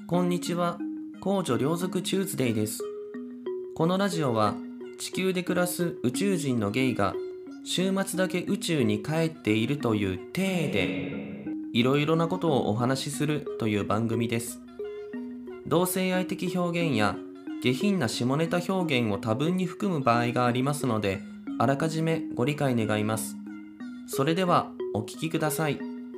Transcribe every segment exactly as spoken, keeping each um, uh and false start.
こんにちは。公女両族チューズデイです。このラジオは地球で暮らす宇宙人のゲイが週末だけ宇宙に帰っているという体でいろいろなことをお話しするという番組です。同性愛的表現や下品な下ネタ表現を多分に含む場合がありますので、あらかじめご理解願います。それではお聞きください。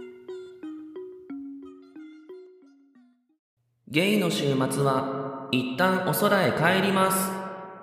ゲイの週末は一旦お空へ帰ります。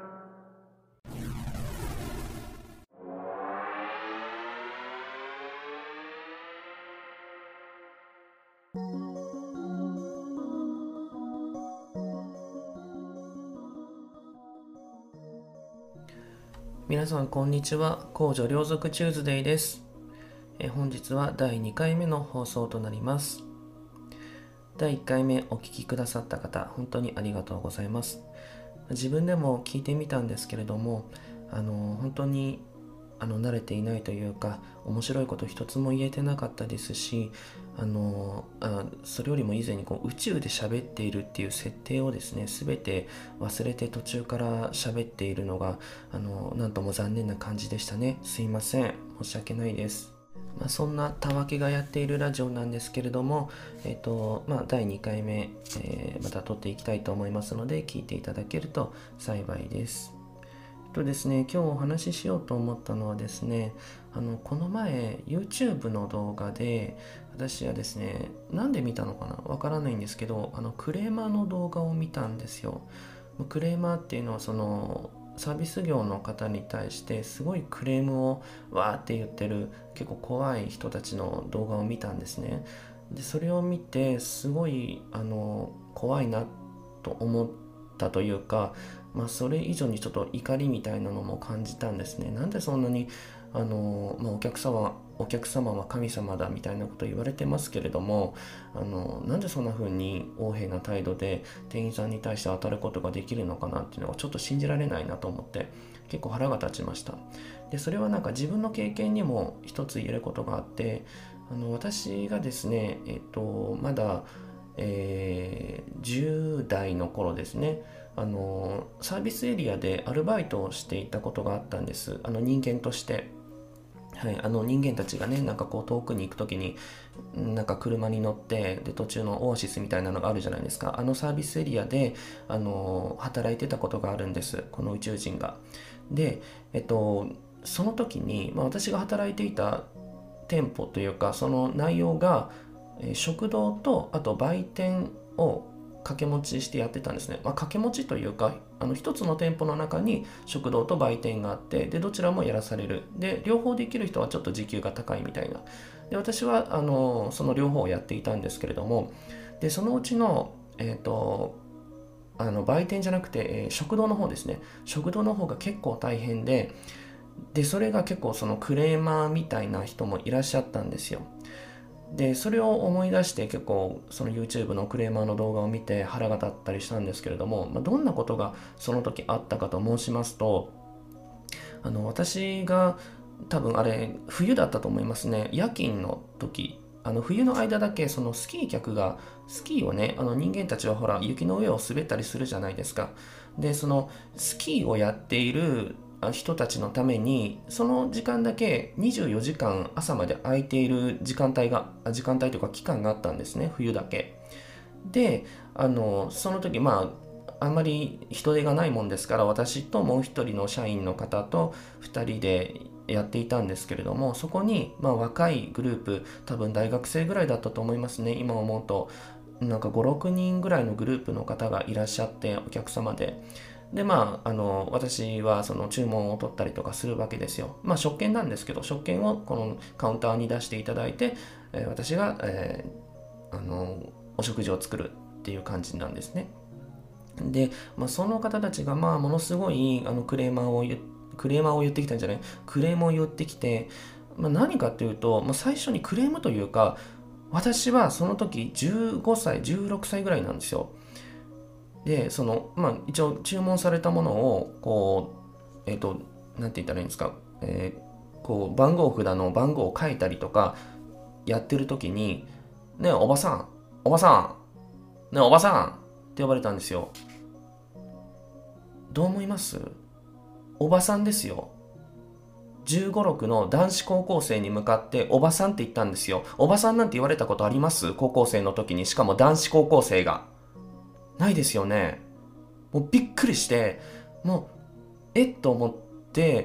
皆さんこんにちは。公女両族チューズデイです。え本日はだいにかいめの放送となります。だいいっかいめお聞きくださった方、本当にありがとうございます。自分でも聞いてみたんですけれども、あの本当にあの慣れていないというか、面白いこと一つも言えてなかったですし、あのあそれよりも以前にこう宇宙で喋っているっていう設定をですね、全て忘れて途中から喋っているのがあのなんとも残念な感じでしたね。すいません、申し訳ないです。まあ、そんなたわけがやっているラジオなんですけれども、えっとまあ、だいにかいめ、えーまた撮っていきたいと思いますので、聞いていただけると幸いです。とですね、今日お話ししようと思ったのはですね、あのこの前 YouTube の動画で私はですね、なんで見たのかなわからないんですけど、あのクレーマーの動画を見たんですよ。クレーマーっていうのはそのサービス業の方に対してすごいクレームをわーって言ってる結構怖い人たちの動画を見たんですね。でそれを見てすごいあの怖いなと思ったというか、まあ、それ以上にちょっと怒りみたいなのも感じたんですね。なんでそんなにあの、まあ、お客様お客様は神様だみたいなこと言われてますけれども、あのなんでそんな風に横柄な態度で店員さんに対して当たることができるのかなっていうのがちょっと信じられないなと思って結構腹が立ちました。でそれはなんか自分の経験にも一つ言えることがあって、あの私がですね、えっと、まだえーじゅう代の頃ですね、あのサービスエリアでアルバイトをしていたことがあったんです。あの人間として、はい、あの人間たちがね、なんかこう遠くに行くときになんか車に乗ってで途中のオアシスみたいなのがあるじゃないですか。あのサービスエリアであの働いてたことがあるんです、この宇宙人が。で、えっとその時に、まあ、私が働いていた店舗というかその内容が食堂とあと売店を掛け持ちしてやってたんですね。まあ、掛け持ちというか、あの一つの店舗の中に食堂と売店があって、でどちらもやらされる。で両方できる人はちょっと時給が高いみたいな。で私はあのその両方をやっていたんですけれども、でそのうちのえっ、とあの売店じゃなくて、えー食堂の方ですね。食堂の方が結構大変で、でそれが結構そのクレーマーみたいな人もいらっしゃったんですよ。でそれを思い出して結構その YouTube のクレーマーの動画を見て腹が立ったりしたんですけれども、まあ、どんなことがその時あったかと申しますと、あの私が多分あれ冬だったと思いますね。夜勤の時、あの冬の間だけそのスキー客がスキーをね、あの人間たちはほら雪の上を滑ったりするじゃないですか。でそのスキーをやっている人たちのためにその時間だけにじゅうよじかん朝まで空いている時間帯が時間帯というか期間があったんですね、冬だけ。であのその時まああんまり人手がないもんですから、私ともう一人の社員の方とふたりでやっていたんですけれども、そこにまあ若いグループ、多分大学生ぐらいだったと思いますね、今思うと。なんかごろくにんぐらいのグループの方がいらっしゃって、お客様で。でまあ、あの私はその注文を取ったりとかするわけですよ。まあ食券なんですけど、食券をこのカウンターに出していただいて、えー私が、えーあのお食事を作るっていう感じなんですね。で、まあ、その方たちがまあものすごいあのクレーマーを言クレーマーを言ってきたんじゃないクレームを言ってきて、まあ、何かというと、まあ、最初にクレームというか、私はその時じゅうごさいじゅうろくさいぐらいなんですよ。でそのまあ一応注文されたものをこうえっ、となんて言ったらいいんですか、えーこう番号札の番号を書いたりとかやってる時に、ねえおばさんおばさんね、おばさんって呼ばれたんですよ。どう思います？おばさんですよ。じゅうご、ろくの男子高校生に向かっておばさんって言ったんですよ。おばさんなんて言われたことあります？高校生の時に。しかも男子高校生が。ないですよね。もうびっくりして、もう、えっと思って、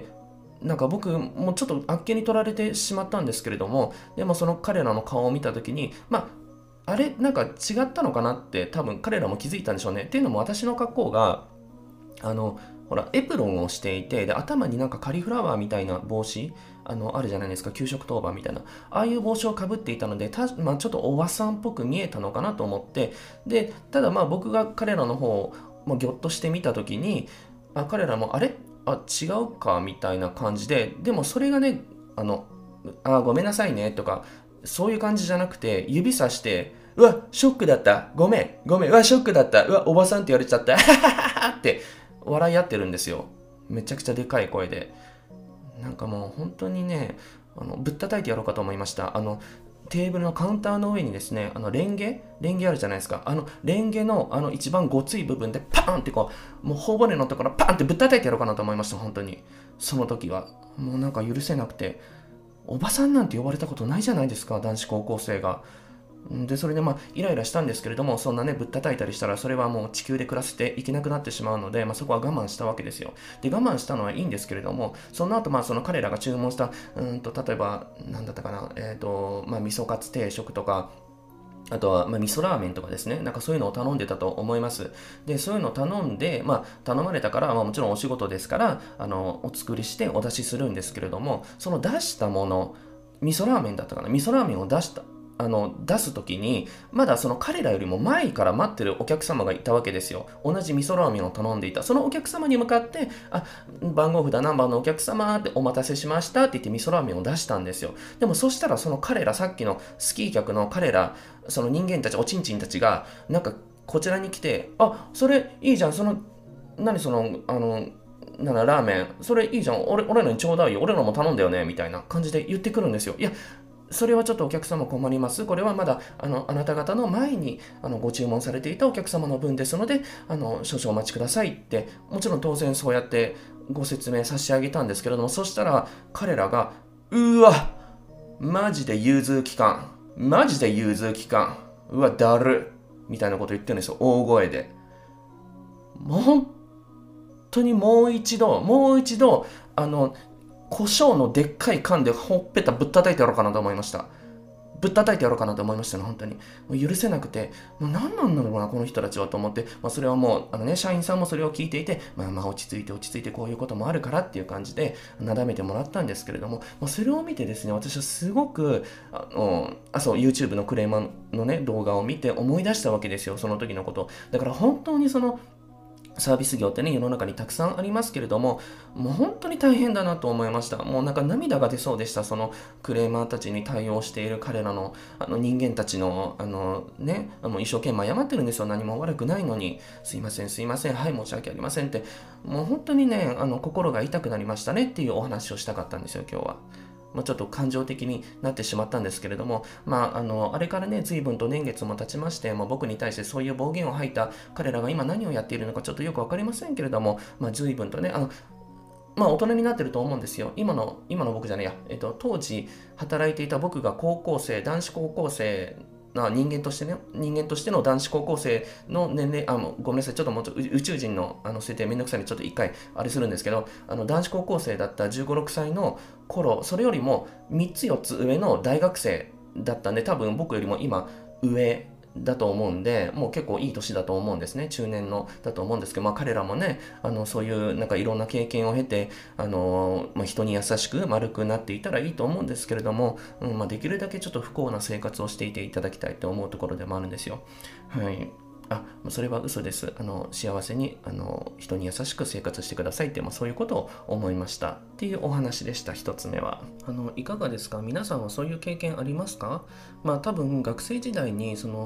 なんか僕もちょっとあっけに取られてしまったんですけれども、でもその彼らの顔を見た時に、まあ、あれなんか違ったのかなって多分彼らも気づいたんでしょうね。っていうのも私の格好が、あの、ほら、エプロンをしていて、で、頭になんかカリフラワーみたいな帽子、あの、あるじゃないですか、給食当番みたいな。ああいう帽子をかぶっていたので、たまあ、ちょっとおばさんっぽく見えたのかなと思って、で、ただまあ僕が彼らの方を、まあ、ぎょっとしてみたときに、あ、彼らも、あれあ、違うかみたいな感じで、でもそれがね、あの、あ、ごめんなさいねとか、そういう感じじゃなくて、指さして、うわ、ショックだった。ごめん、ごめん、うわ、ショックだった。うわ、おばさんって言われちゃった。って笑い合ってるんですよ。めちゃくちゃでかい声で。なんかもう本当にね、あのぶったたいてやろうかと思いました。あのテーブルのカウンターの上にですね、あのレンゲレンゲあるじゃないですか。あのレンゲのあの一番ごつい部分でパーンってこう、もう頬骨のところパーンってぶったたいてやろうかなと思いました。本当に。その時は。もうなんか許せなくて。おばさんなんて呼ばれたことないじゃないですか、男子高校生が。で、それでまあ、イライラしたんですけれども、そんなね、ぶったたいたりしたら、それはもう地球で暮らせていけなくなってしまうので、まあ、そこは我慢したわけですよ。で、我慢したのはいいんですけれども、その後、まあ、その彼らが注文した、うんと、例えば、なんだったかな、えっ、ー、と、まあ、味噌カツ定食とか、あとは、まあ、味噌ラーメンとかですね。なんかそういうのを頼んでたと思います。で、そういうのを頼んで、まあ、頼まれたから、まあ、もちろんお仕事ですから、あの、お作りしてお出しするんですけれども、その出したもの、味噌ラーメンだったかな、味噌ラーメンを出した、あの、出すときに、まだその彼らよりも前から待ってるお客様がいたわけですよ。同じ味噌ラーメンを頼んでいた。そのお客様に向かって、あ、番号札何番のお客様ってお待たせしましたって言って味噌ラーメンを出したんですよ。でもそしたらその彼ら、さっきのスキー客の彼ら、その人間たち、おちんちんたちが、なんかこちらに来て、あ、それいいじゃん、その、何その、あの、なんだラーメン、それいいじゃん、俺俺のにちょうだいよ、俺のも頼んだよね、みたいな感じで言ってくるんですよ。いや、それはちょっとお客様困ります。これはまだあのあなた方の前にあのご注文されていたお客様の分ですので、あの少々お待ちくださいって、もちろん当然そうやってご説明差し上げたんですけれども、そしたら彼らが、うわ、マジで融通機関、マジで融通機関、うわ、だる、みたいなこと言ってるんですよ、大声で。もう本当にもう一度、もう一度、あの、胡椒のでっかい缶でほっぺたぶったたいてやろうかなと思いました。ぶったたいてやろうかなと思いましたね、本当に。もう許せなくて、もう何なんだろうな、この人たちはと思って、まあ、それはもう、あのね、社員さんもそれを聞いていて、まあまあ落ち着いて落ち着いてこういうこともあるからっていう感じで、なだめてもらったんですけれども、まあ、それを見てですね、私はすごく、あの、あ、そう、YouTube のクレーマーのね、動画を見て思い出したわけですよ、その時のこと。だから本当にその、サービス業ってね、世の中にたくさんありますけれども、もう本当に大変だなと思いました。もうなんか涙が出そうでした。そのクレーマーたちに対応している彼らのあの人間たちの、あのね、あの一生懸命謝ってるんですよ。何も悪くないのに、すいません、すいません、はい、申し訳ありませんって、もう本当にね、あの心が痛くなりましたねっていうお話をしたかったんですよ、今日は。まあ、ちょっと感情的になってしまったんですけれども、まあ、あのあれからね、随分と年月も経ちまして、まあ、僕に対してそういう暴言を吐いた彼らが今何をやっているのかちょっとよく分かりませんけれども、まあ、随分とね、あのまあ大人になってると思うんですよ。今の、今の僕じゃねえや、えっと、当時働いていた僕が高校生、男子高校生な人間としてね、人間としての男子高校生の年齢、あ、もうごめんなさい、ちょっともうちょっと宇宙人のあの設定めんどくさいんで、ちょっと一回あれするんですけど、あの男子高校生だったじゅうご、ろくさいの頃、それよりもみっつよっつ上の大学生だったんで、多分僕よりも今上だと思うんで、もう結構いい年だと思うんですね。中年のだと思うんですけど、まあ彼らもね、あのそういうなんかいろんな経験を経て、あのまあ、人に優しく丸くなっていたらいいと思うんですけれども、うん、まあ、できるだけちょっと不幸な生活をしていていただきたいと思うところでもあるんですよ。はい。あ、それは嘘です。あの幸せにあの人に優しく生活してくださいって、まあ、そういうことを思いましたっていうお話でした。一つ目はあのいかがですか？皆さんはそういう経験ありますか？まあ多分学生時代にその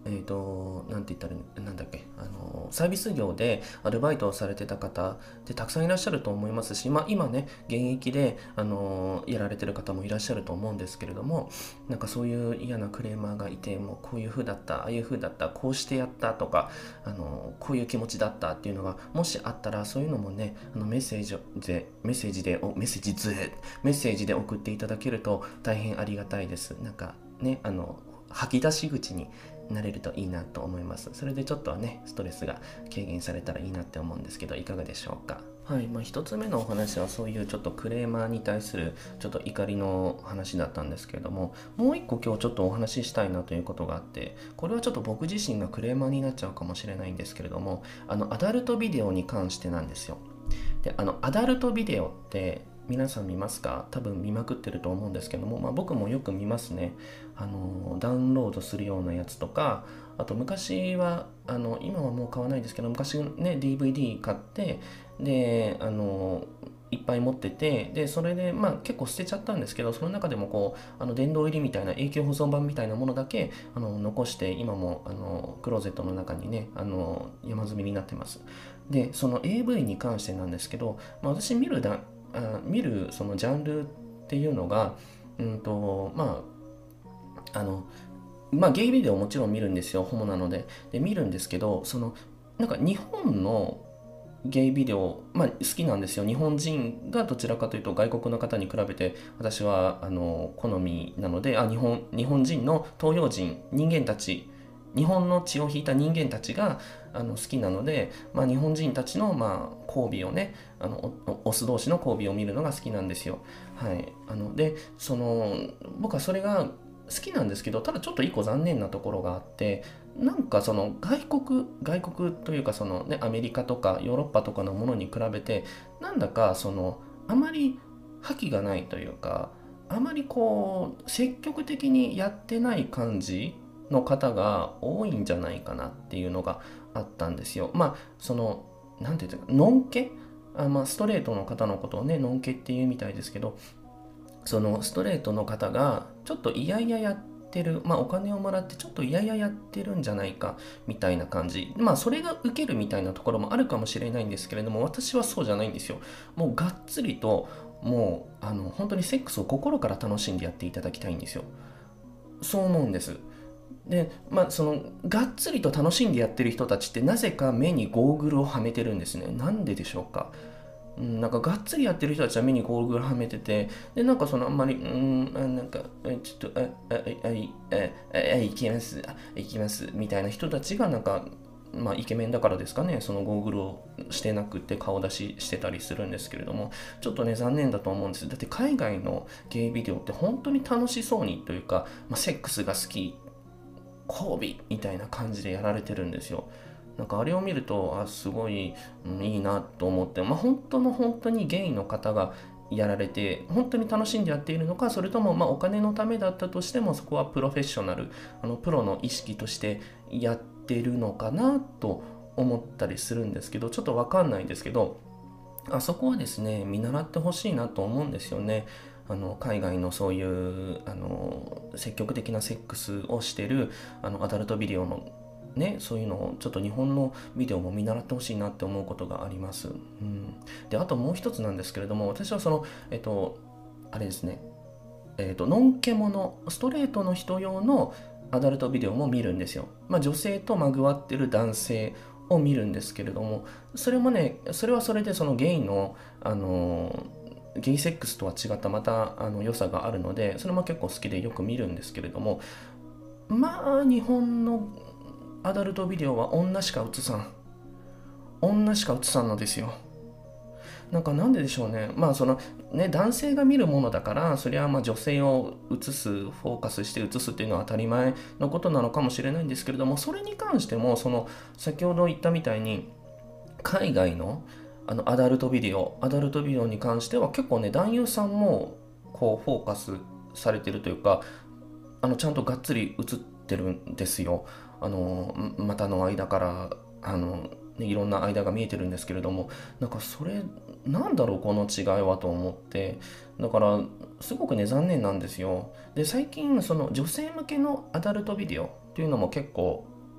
えーと、なんて言ったら、なんだっけ、あの、サービス業でアルバイトをされてた方ってたくさんいらっしゃると思いますし、まあ今ね、現役で、あの、やられてる方もいらっしゃると思うんですけれども、なんかそういう嫌なクレーマーがいて、もうこういう風だった、ああいう風だった、こうしてやったとか、あの、こういう気持ちだったっていうのが、もしあったら、そういうのもね、あのメッセージで、メッセージで、おメッセージで、メッセージで送っていただけると大変ありがたいです。なんかね、あの、吐き出し口になれるといいなと思います。それでちょっとね、ストレスが軽減されたらいいなって思うんですけど、いかがでしょうか。はい、まあ、一つ目のお話はそういうちょっとクレーマーに対するちょっと怒りの話だったんですけれども、もう一個今日ちょっとお話ししたいなということがあって、これはちょっと僕自身がクレーマーになっちゃうかもしれないんですけれども、あのアダルトビデオに関してなんですよ。で、あのアダルトビデオって皆さん見ますか？多分見まくってると思うんですけども、まあ、僕もよく見ますね。あのダウンロードするようなやつとか、あと昔はあの今はもう買わないですけど、昔ね ディーブイディー 買って、であのいっぱい持ってて、でそれでまあ結構捨てちゃったんですけど、その中でもこうあの殿堂入りみたいな永久保存版みたいなものだけあの残して、今もあのクローゼットの中にね、あの山積みになってます。でその エーブイ に関してなんですけど、まあ、私見るだあ見るそのジャンルっていうのが、うんとまああのまあゲイビデオもちろん見るんですよ、ホモなので。で見るんですけど、そのなんか日本のゲイビデオ、まあ、好きなんですよ。日本人がどちらかというと外国の方に比べて私はあの好みなので、あ日本日本人の東洋人、人間たち、日本の血を引いた人間たちがあの好きなので、まあ、日本人たちの、まあ、交尾をね、あのオス同士の交尾を見るのが好きなんですよ。はい、あのでその僕はそれが好きなんですけど、ただちょっと一個残念なところがあって、なんかその外国外国というか、そのねアメリカとかヨーロッパとかのものに比べて、なんだかそのあまり覇気がないというか、あまりこう積極的にやってない感じの方が多いんじゃないかなっていうのがあったんですよ。まあそのなんていうか、ノンケあ、まあ、ストレートの方のことをねノンケっていうみたいですけど、そのストレートの方がちょっと嫌々やってる、まあお金をもらってちょっと嫌々やってるんじゃないかみたいな感じ、まあそれが受けるみたいなところもあるかもしれないんですけれども、私はそうじゃないんですよ。もうがっつりと、もうあの本当にセックスを心から楽しんでやっていただきたいんですよ。そう思うんです。でまあそのがっつりと楽しんでやってる人たちってなぜか目にゴーグルをはめてるんですね。なんででしょうか。うん、なんかがっつりやってる人たちは目にゴーグルはめてて、でなんかそのあんまり、うん、あなんかちょっと、あ、あ、あ、あ、あ、あ、行きます、あ、行きますみたいな人たちがなんか、まあイケメンだからですかね、そのゴーグルをしてなくて顔出ししてたりするんですけれども、ちょっとね残念だと思うんです。だって海外のゲイビデオって本当に楽しそうにというか、まあ、セックスが好き、交尾みたいな感じでやられてるんですよ。なんかあれを見ると、あすごい、うん、いいなと思って、まあ、本当の本当にゲイの方がやられて本当に楽しんでやっているのか、それともまあお金のためだったとしても、そこはプロフェッショナル、あのプロの意識としてやってるのかなと思ったりするんですけど、ちょっとわかんないんですけど、あそこはですね見習ってほしいなと思うんですよね。あの海外のそういうあの積極的なセックスをしてるあのアダルトビデオのね、そういうのをちょっと日本のビデオも見習ってほしいなって思うことがあります。うん、であともう一つなんですけれども、私はそのえっとあれですね、えっとノンケモノストレートの人用のアダルトビデオも見るんですよ。まあ、女性とまぐわってる男性を見るんですけれども、それもねそれはそれでそのゲイのあのゲイセックスとは違ったまたあの良さがあるので、それも結構好きでよく見るんですけれども、まあ日本のアダルトビデオは女しか映さん女しか映さんのですよ。なんかなんででしょうね。まあそのね男性が見るものだから、それはまあ女性を映す、フォーカスして映すっていうのは当たり前のことなのかもしれないんですけれども、それに関してもその先ほど言ったみたいに海外のあのアダルトビデオアダルトビデオに関しては結構ね男優さんもこうフォーカスされてるというか、あのちゃんとがっつり映ってるんですよ。あの股の間からあの、ね、いろんな間が見えてるんですけれども、なんかそれなんだろうこの違いはと思って、だからすごくね残念なんですよ。で最近その女性向けのアダルトビデオっていうのも結構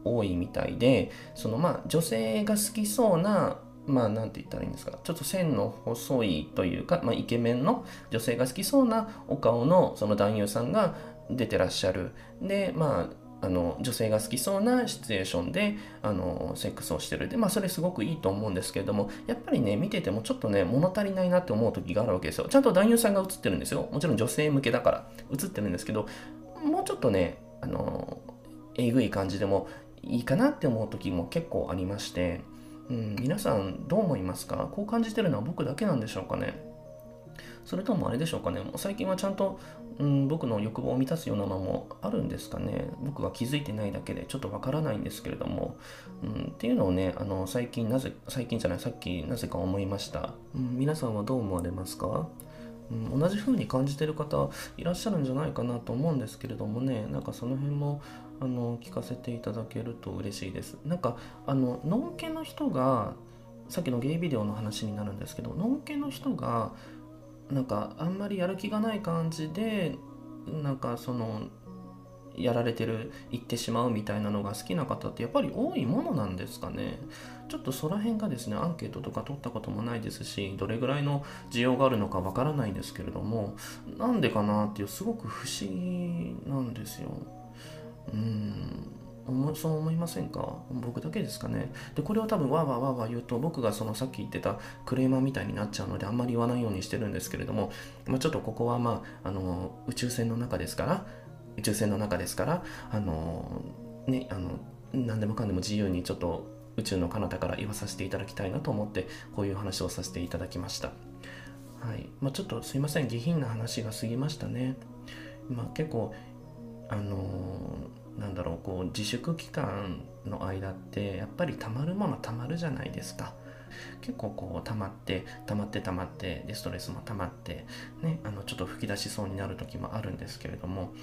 多いみたいで、そのまあ女性が好きそうな、まあなんて言ったらいいんですか、ちょっと線の細いというか、まあ、イケメンの女性が好きそうなお顔のその男優さんが出てらっしゃる。でまああの女性が好きそうなシチュエーションであのセックスをしてる。でまあそれすごくいいと思うんですけれども、やっぱりね見ててもちょっとね物足りないなって思う時があるわけですよ。ちゃんと男優さんが映ってるんですよ。もちろん女性向けだから映ってるんですけど、もうちょっとねあのえぐい感じでもいいかなって思う時も結構ありまして、うん、皆さんどう思いますか？こう感じてるのは僕だけなんでしょうかね。それともあれでしょうかね。もう最近はちゃんと、うん、僕の欲望を満たすようなのもあるんですかね。僕が気づいてないだけでちょっとわからないんですけれども、うん、っていうのをね、あの最近なぜ、最近じゃない、さっきなぜか思いました。うん、皆さんはどう思われますか？うん、同じ風に感じてる方いらっしゃるんじゃないかなと思うんですけれどもね、なんかその辺もあの聞かせていただけると嬉しいです。なんかあのノンケの人が、さっきのゲイビデオの話になるんですけど、ノンケの人がなんかあんまりやる気がない感じで、なんかそのやられてる、言ってしまうみたいなのが好きな方ってやっぱり多いものなんですかね。ちょっとその辺がですね、アンケートとか取ったこともないですし、どれぐらいの需要があるのかわからないんですけれども、なんでかなっていう、すごく不思議なんですよ。うーん思そう思いませんか？僕だけですかね。でこれを多分わーわーわーわー言うと、僕がそのさっき言ってたクレーマーみたいになっちゃうのであんまり言わないようにしてるんですけれども、まあ、ちょっとここはまああの宇宙船の中ですから宇宙船の中ですからあのねあの何でもかんでも自由にちょっと宇宙の彼方から言わさせていただきたいなと思って、こういう話をさせていただきました。はい。まあ、ちょっとすいません、下品な話が過ぎましたね。まあ、結構あのーなんだろう、こう自粛期間の間ってやっぱりたまるものたまるじゃないですか。結構こう溜まって溜まって溜まってでストレスも溜まってね、あのちょっと吹き出しそうになる時もあるんですけれども、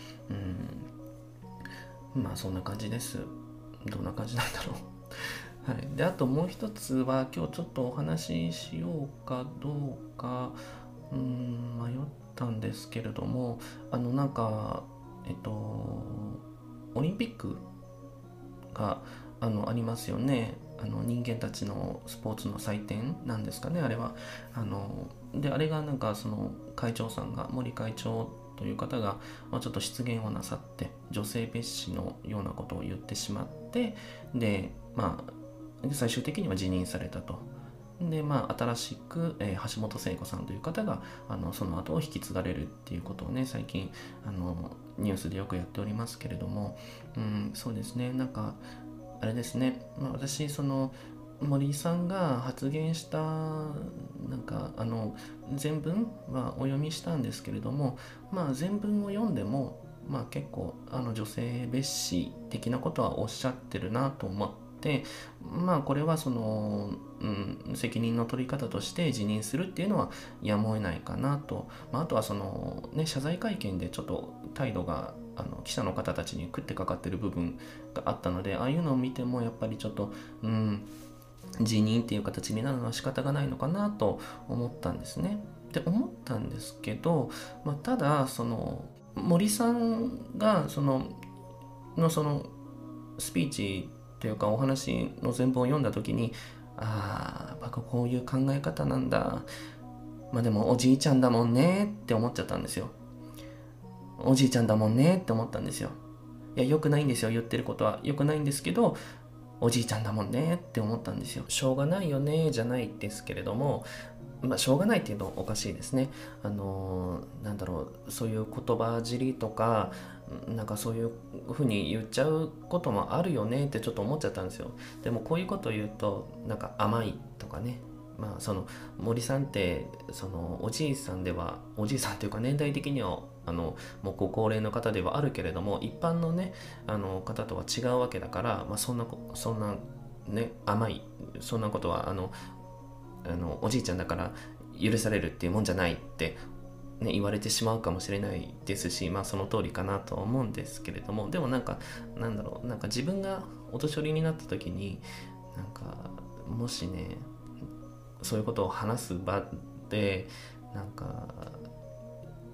うん、まあそんな感じです。どんな感じなんだろう。はい、であともう一つは、今日ちょっとお話ししようかどうか、うん、迷ったんですけれども、あのなんかえっとオリンピックがあのありますよね。あの人間たちのスポーツの祭典なんですかね、あれは。あのであれがなんかその会長さんが、森会長という方が、まあ、ちょっと失言をなさって女性蔑視のようなことを言ってしまって、でまあ最終的には辞任されたと。でまあ新しく、えー橋本聖子さんという方があのその後を引き継がれるっていうことをね、最近あのニュースでよくやっておりますけれども、うん、そうですね、なんかあれですね、まあ、私その森井さんが発言したなんかあの全文はお読みしたんですけれども、まあ全文を読んでも、まあ、結構あの女性蔑視的なことはおっしゃってるなと思って、まあこれはその、うん、責任の取り方として辞任するっていうのはやむを得ないかなと、まあ、あとはその、ね、謝罪会見でちょっと態度があの記者の方たちに食ってかかってる部分があったので、ああいうのを見てもやっぱりちょっと、うん、辞任っていう形になるのは仕方がないのかなと思ったんですね。で思ったんですけど、まあ、ただその森さんがそののそのスピーチというかお話の全文を読んだ時に、ああやっぱこういう考え方なんだ、まあでもおじいちゃんだもんねって思っちゃったんですよ。おじいちゃんだもんねって思ったんですよ。いや良くないんですよ、言ってることは良くないんですけど、おじいちゃんだもんねって思ったんですよ。しょうがないよねじゃないですけれども、まあしょうがないっていうのはおかしいですね。あのーなんだろう、そういう言葉尻とかなんかそういう風に言っちゃうこともあるよねってちょっと思っちゃったんですよ。でもこういうことを言うとなんか甘いとかね、まあその森さんってそのおじいさんでは、おじいさんというか年代的にはあのもうご高齢の方ではあるけれども、一般のねあの方とは違うわけだから、まあ、そんなそんなね甘いそんなことはあのあのおじいちゃんだから許されるっていうもんじゃないって、ね、言われてしまうかもしれないですし、まあその通りかなとは思うんですけれども、でもなんかなんだろう、なんか自分がお年寄りになった時になんかもしねそういうことを話す場でなんか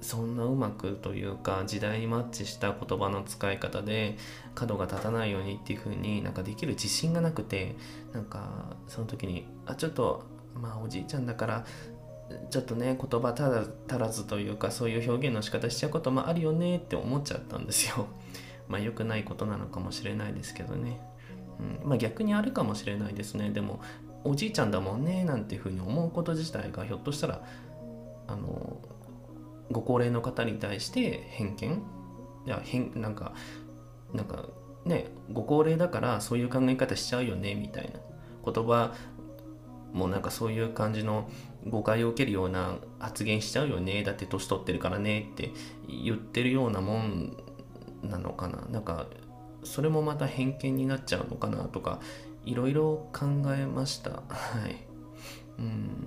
そんなうまくというか時代にマッチした言葉の使い方で角が立たないようにっていう風になんかできる自信がなくて、なんかその時にあちょっとまあおじいちゃんだからちょっとね言葉足ら足らずというかそういう表現の仕方しちゃうこともあるよねって思っちゃったんですよ。まあ良くないことなのかもしれないですけどね、うん、まあ逆にあるかもしれないですね。でもおじいちゃんだもんねなんていう風に思うこと自体がひょっとしたらあのご高齢の方に対して偏見いや偏なんかなんかねご高齢だからそういう考え方しちゃうよねみたいな言葉もなんかそういう感じの誤解を受けるような発言しちゃうよね、だって年取ってるからねって言ってるようなもんなのかな。なんかそれもまた偏見になっちゃうのかなとかいろいろ考えましたはい。うん、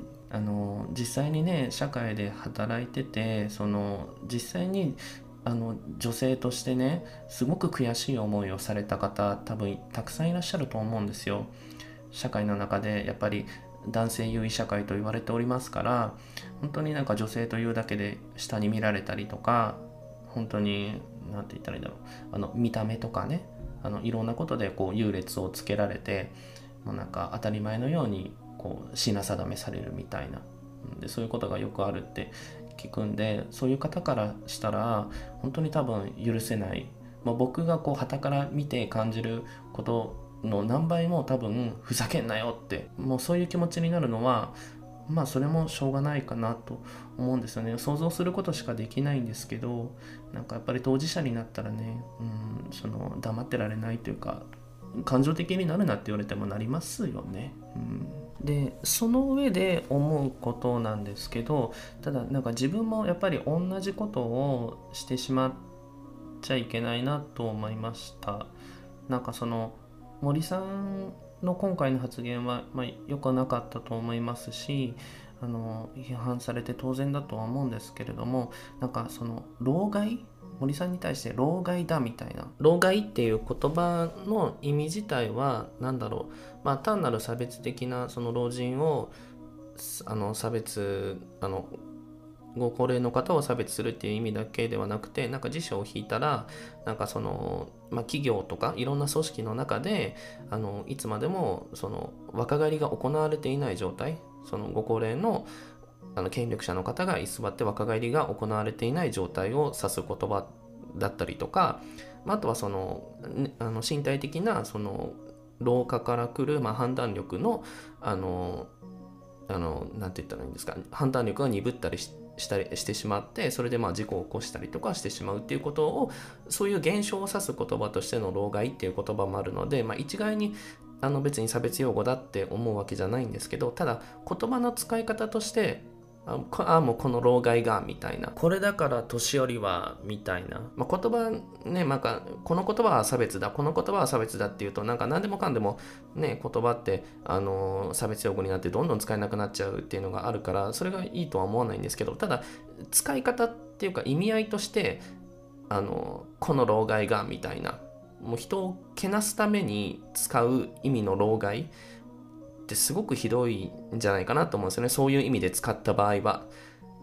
あの実際にね社会で働いててその実際にあの女性としてねすごく悔しい思いをされた方多分たくさんいらっしゃると思うんですよ。社会の中でやっぱり男性優位社会と言われておりますから、本当になんか女性というだけで下に見られたりとか、本当に何て言ったらいいんだろう、あの見た目とかね、あのいろんなことでこう優劣をつけられて、もうなんか当たり前のようにこう品定めされるみたいなで、そういうことがよくあるって聞くんで、そういう方からしたら本当に多分許せない、まあ、僕がこう傍から見て感じることの何倍も多分ふざけんなよってもうそういう気持ちになるのはまあそれもしょうがないかなと思うんですよね。想像することしかできないんですけど、なんかやっぱり当事者になったらね、うん、その黙ってられないというか感情的になるなって言われてもなりますよね。うん、でその上で思うことなんですけど、ただなんか自分もやっぱり同じことをしてしまっちゃいけないなと思いました。なんかその森さんの今回の発言は、まあ、良くなかったと思いますし、あの批判されて当然だとは思うんですけれども、なんかその老害森さんに対して老害だみたいな、老害っていう言葉の意味自体は何だろう、まあ単なる差別的なその老人をあの差別あのご高齢の方を差別するっていう意味だけではなくて、なんか辞書を引いたらなんかその、まあ、企業とかいろんな組織の中であのいつまでもその若返りが行われていない状態、そのご高齢のあの権力者の方が居座って若返りが行われていない状態を指す言葉だったりとか、あとはその、ね、あの身体的なその老化から来る、まあ、判断力のあのあのなんて言ったらいいんですか、判断力が鈍ったりししたりしてしまって、それでまあ事故を起こしたりとかしてしまうっていうことを、そういう現象を指す言葉としての老害っていう言葉もあるので、まあ、一概にあの別に差別用語だって思うわけじゃないんですけど、ただ言葉の使い方としてああもうこの老害がみたいな、これだから年寄りはみたいな、まあ、言葉ね、なんかこの言葉は差別だこの言葉は差別だっていうと、なんか何でもかんでもね言葉ってあの差別用語になってどんどん使えなくなっちゃうっていうのがあるから、それがいいとは思わないんですけど、ただ使い方っていうか意味合いとしてあのこの老害がみたいな、もう人をけなすために使う意味の老害ってすごくひどいんじゃないかなと思うんですよね、そういう意味で使った場合は。うん、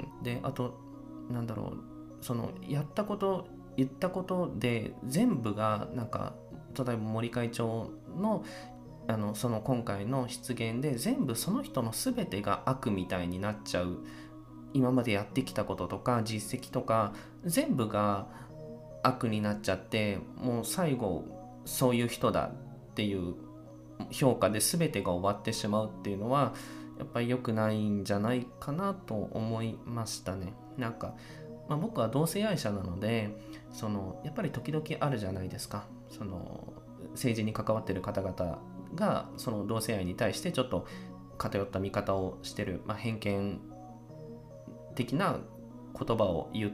であとなんだろう、そのやったこと言ったことで全部がなんか、例えば森会長のあのその今回の失言で全部その人の全てが悪みたいになっちゃう、今までやってきたこととか実績とか全部が悪になっちゃって、もう最後そういう人だっていう評価で全てが終わってしまうっていうのはやっぱり良くないんじゃないかなと思いましたね。なんか、まあ、僕は同性愛者なので、そのやっぱり時々あるじゃないですか、その政治に関わっている方々がその同性愛に対してちょっと偏った見方をしてる、まあ、偏見的な言葉を言って、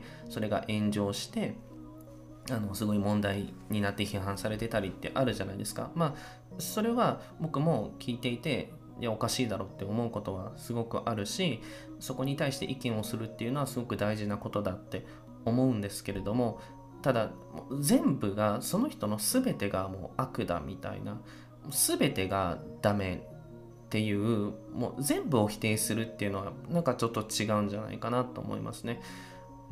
それが炎上してあのすごい問題になって批判されてたりってあるじゃないですか。まあそれは僕も聞いていて、いやおかしいだろって思うことはすごくあるし、そこに対して意見をするっていうのはすごく大事なことだって思うんですけれども、ただ全部がその人の全てがもう悪だみたいな、全てがダメっていう、もう全部を否定するっていうのはなんかちょっと違うんじゃないかなと思いますね。うん、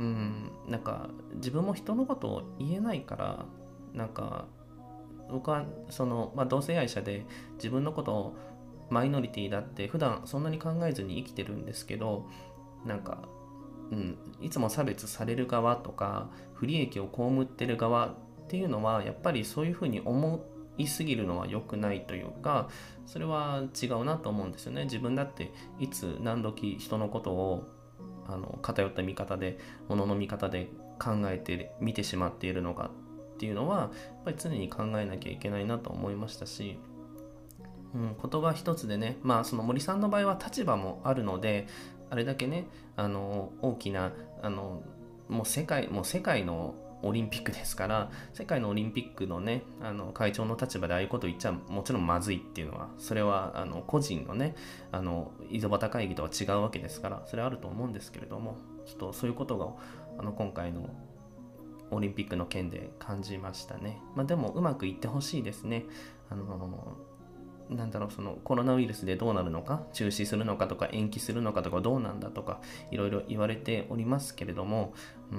なんか自分も人のことを言えないから、なんか僕はその、まあ、同性愛者で自分のことをマイノリティだって普段そんなに考えずに生きてるんですけど、なんか、うん、いつも差別される側とか不利益を被ってる側っていうのはやっぱりそういうふうに思いすぎるのは良くないというか、それは違うなと思うんですよね。自分だっていつ何時人のことをあの偏った見方で物の見方で考えて見てしまっているのかっていうのはやっぱり常に考えなきゃいけないなと思いましたし、うん、言葉一つでね、まあその森さんの場合は立場もあるので、あれだけね、あの大きなあのもう世界もう世界のオリンピックですから、世界のオリンピックのね、あの会長の立場でああいうことを言っちゃもちろんまずいっていうのは、それはあの個人のね、あの井戸端会議とは違うわけですから、それはあると思うんですけれども、ちょっとそういうことがあの今回のオリンピックの件で感じましたね。まあでもうまくいってほしいですね。あのなんだろう、そのコロナウイルスでどうなるのか、中止するのかとか延期するのかとかどうなんだとかいろいろ言われておりますけれども、うん、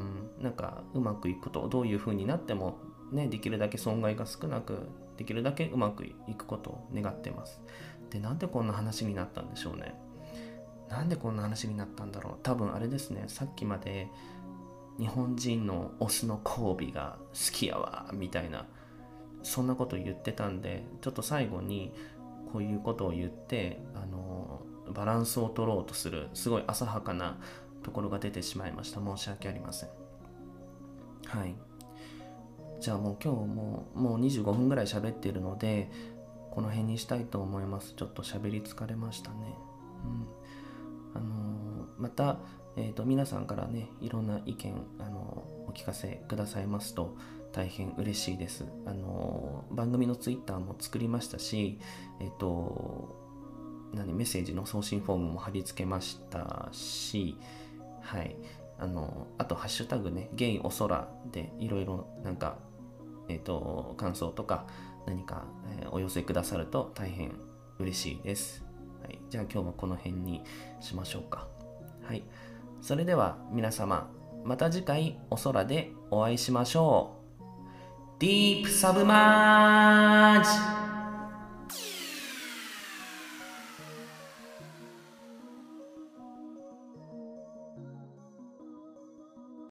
なんかうまくいくこと、どういう風になってもね、できるだけ損害が少なく、できるだけうまくいくことを願ってます。で、なんでこんな話になったんでしょうね。なんでこんな話になったんだろう。多分あれですね、さっきまで日本人のオスの交尾が好きやわみたいな、そんなこと言ってたんで、ちょっと最後にこういうことを言ってあのバランスを取ろうとするすごい浅はかなところが出てしまいました。申し訳ありません。はい、じゃあもう今日ももうにじゅうごふんぐらい喋っているので、この辺にしたいと思います。ちょっと喋り疲れましたね。うん、あのーまた、えーと、皆さんからね、いろんな意見、あのーお聞かせくださいますと大変嬉しいです。あのー番組のツイッターも作りましたし、えっ、と何メッセージの送信フォームも貼り付けましたし、はい、あのあとハッシュタグね、ゲイお空でいろいろなんか、えっ、と感想とか何か、えーお寄せくださると大変嬉しいです。はい、じゃあ今日はこの辺にしましょうか。はい、それでは皆様、また次回お空でお会いしましょう。ディープサブマージ。